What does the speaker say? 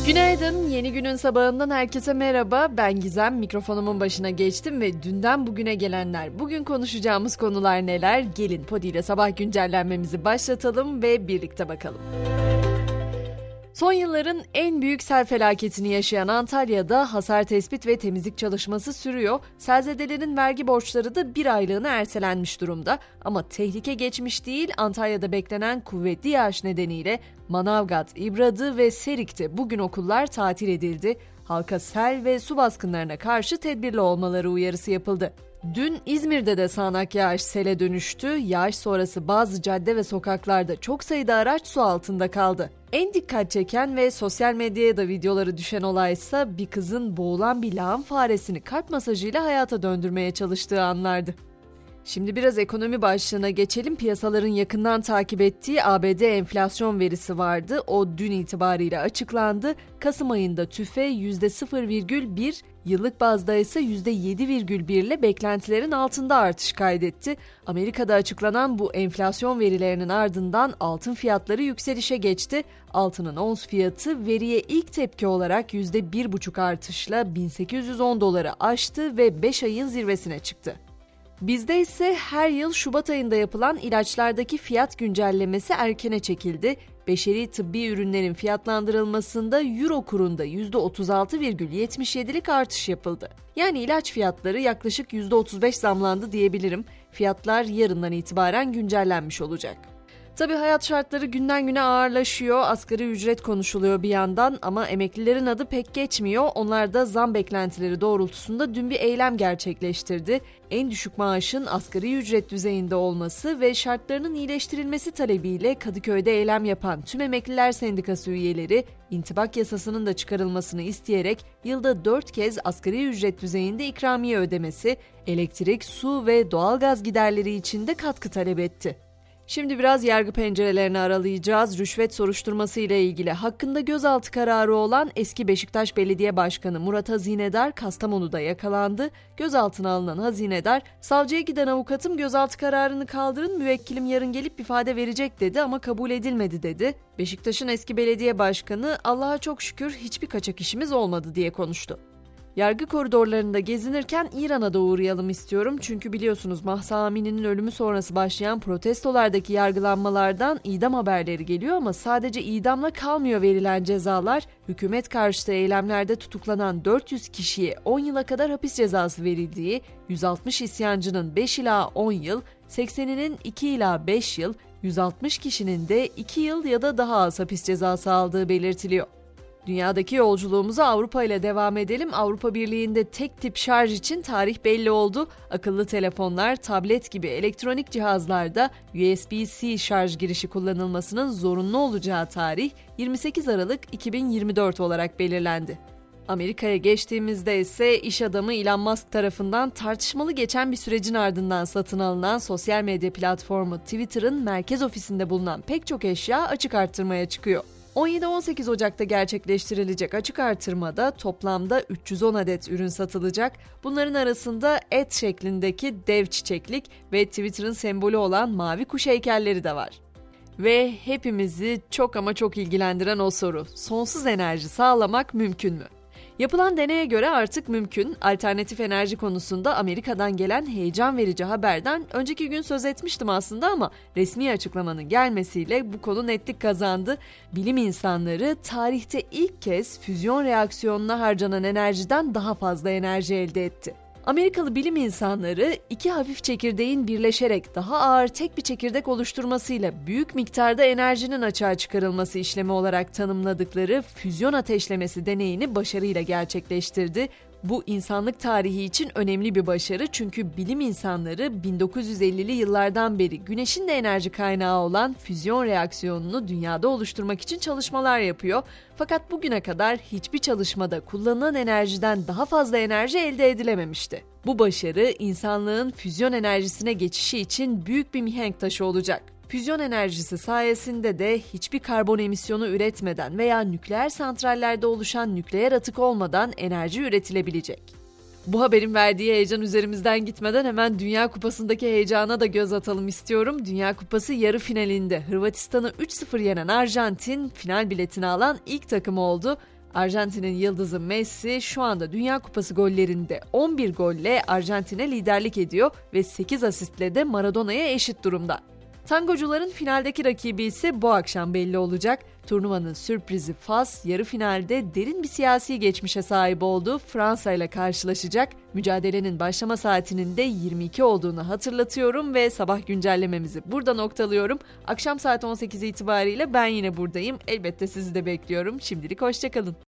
Günaydın, yeni günün sabahından herkese merhaba. Ben Gizem, mikrofonumun başına geçtim ve dünden bugüne gelenler, bugün konuşacağımız konular neler? Gelin Podi ile sabah güncellenmemizi başlatalım ve birlikte bakalım. Son yılların en büyük sel felaketini yaşayan Antalya'da hasar tespit ve temizlik çalışması sürüyor. Selzedelerin vergi borçları da bir aylığına ertelenmiş durumda. Ama tehlike geçmiş değil, Antalya'da beklenen kuvvetli yağış nedeniyle Manavgat, İbradı ve Serik'te bugün okullar tatil edildi. Halka sel ve su baskınlarına karşı tedbirli olmaları uyarısı yapıldı. Dün İzmir'de de sağanak yağış sele dönüştü. Yağış sonrası bazı cadde ve sokaklarda çok sayıda araç su altında kaldı. En dikkat çeken ve sosyal medyaya da videoları düşen olaysa bir kızın boğulan bir lağım faresini kalp masajıyla hayata döndürmeye çalıştığı anlardı. Şimdi biraz ekonomi başlığına geçelim. Piyasaların yakından takip ettiği ABD enflasyon verisi vardı. O dün itibariyle açıklandı. Kasım ayında TÜFE %0,1, yıllık bazda ise %7,1 ile beklentilerin altında artış kaydetti. Amerika'da açıklanan bu enflasyon verilerinin ardından altın fiyatları yükselişe geçti. Altının ons fiyatı veriye ilk tepki olarak %1,5 artışla 1810 doları aştı ve 5 ayın zirvesine çıktı. Bizde ise her yıl Şubat ayında yapılan ilaçlardaki fiyat güncellemesi erkene çekildi. Beşeri tıbbi ürünlerin fiyatlandırılmasında euro kurunda %36,77'lik artış yapıldı. Yani ilaç fiyatları yaklaşık %35 zamlandı diyebilirim. Fiyatlar yarından itibaren güncellenmiş olacak. Tabii hayat şartları günden güne ağırlaşıyor, asgari ücret konuşuluyor bir yandan ama emeklilerin adı pek geçmiyor. Onlar da zam beklentileri doğrultusunda dün bir eylem gerçekleştirdi. En düşük maaşın asgari ücret düzeyinde olması ve şartlarının iyileştirilmesi talebiyle Kadıköy'de eylem yapan tüm emekliler sendikası üyeleri, intibak yasasının da çıkarılmasını isteyerek yılda 4 kez asgari ücret düzeyinde ikramiye ödemesi, elektrik, su ve doğalgaz giderleri için de katkı talep etti. Şimdi biraz yargı pencerelerini aralayacağız. Rüşvet soruşturması ile ilgili hakkında gözaltı kararı olan eski Beşiktaş Belediye Başkanı Murat Hazinedar Kastamonu'da yakalandı. Gözaltına alınan Hazinedar, savcıya giden avukatım gözaltı kararını kaldırın, müvekkilim yarın gelip ifade verecek dedi ama kabul edilmedi dedi. Beşiktaş'ın eski belediye başkanı Allah'a çok şükür hiçbir kaçak işimiz olmadı diye konuştu. Yargı koridorlarında gezinirken İran'a da uğrayalım istiyorum. Çünkü biliyorsunuz Mahsa Amini'nin ölümü sonrası başlayan protestolardaki yargılanmalardan idam haberleri geliyor ama sadece idamla kalmıyor verilen cezalar. Hükümet karşıtı eylemlerde tutuklanan 400 kişiye 10 yıla kadar hapis cezası verildiği, 160 isyancının 5 ila 10 yıl, 80'inin 2 ila 5 yıl, 160 kişinin de 2 yıl ya da daha az hapis cezası aldığı belirtiliyor. Dünyadaki yolculuğumuza Avrupa ile devam edelim. Avrupa Birliği'nde tek tip şarj için tarih belli oldu. Akıllı telefonlar, tablet gibi elektronik cihazlarda USB-C şarj girişi kullanılmasının zorunlu olacağı tarih 28 Aralık 2024 olarak belirlendi. Amerika'ya geçtiğimizde ise iş adamı Elon Musk tarafından tartışmalı geçen bir sürecin ardından satın alınan sosyal medya platformu Twitter'ın merkez ofisinde bulunan pek çok eşya açık arttırmaya çıkıyor. 17-18 Ocak'ta gerçekleştirilecek açık artırmada toplamda 310 adet ürün satılacak. Bunların arasında et şeklindeki dev çiçeklik ve Twitter'ın sembolü olan mavi kuş heykelleri de var. Ve hepimizi çok ama çok ilgilendiren o soru: sonsuz enerji sağlamak mümkün mü? Yapılan deneye göre artık mümkün. Alternatif enerji konusunda Amerika'dan gelen heyecan verici haberden önceki gün söz etmiştim aslında ama resmi açıklamanın gelmesiyle bu konu netlik kazandı. Bilim insanları tarihte ilk kez füzyon reaksiyonuna harcanan enerjiden daha fazla enerji elde etti. Amerikalı bilim insanları iki hafif çekirdeğin birleşerek daha ağır tek bir çekirdek oluşturmasıyla büyük miktarda enerjinin açığa çıkarılması işlemi olarak tanımladıkları füzyon ateşlemesi deneyini başarıyla gerçekleştirdi. Bu insanlık tarihi için önemli bir başarı çünkü bilim insanları 1950'li yıllardan beri güneşin de enerji kaynağı olan füzyon reaksiyonunu dünyada oluşturmak için çalışmalar yapıyor. Fakat bugüne kadar hiçbir çalışmada kullanılan enerjiden daha fazla enerji elde edilememişti. Bu başarı insanlığın füzyon enerjisine geçişi için büyük bir mihenk taşı olacak. Füzyon enerjisi sayesinde de hiçbir karbon emisyonu üretmeden veya nükleer santrallerde oluşan nükleer atık olmadan enerji üretilebilecek. Bu haberin verdiği heyecan üzerimizden gitmeden hemen Dünya Kupası'ndaki heyecana da göz atalım istiyorum. Dünya Kupası yarı finalinde Hırvatistan'ı 3-0 yenen Arjantin final biletini alan ilk takım oldu. Arjantin'in yıldızı Messi şu anda Dünya Kupası gollerinde 11 golle Arjantin'e liderlik ediyor ve 8 asistle de Maradona'ya eşit durumda. Tangocuların finaldeki rakibi ise bu akşam belli olacak. Turnuvanın sürprizi Fas, yarı finalde derin bir siyasi geçmişe sahip olduğu Fransa ile karşılaşacak. Mücadelenin başlama saatinin de 22 olduğunu hatırlatıyorum ve sabah güncellememizi burada noktalıyorum. Akşam saat 18 itibariyle ben yine buradayım. Elbette sizi de bekliyorum. Şimdilik hoşça kalın.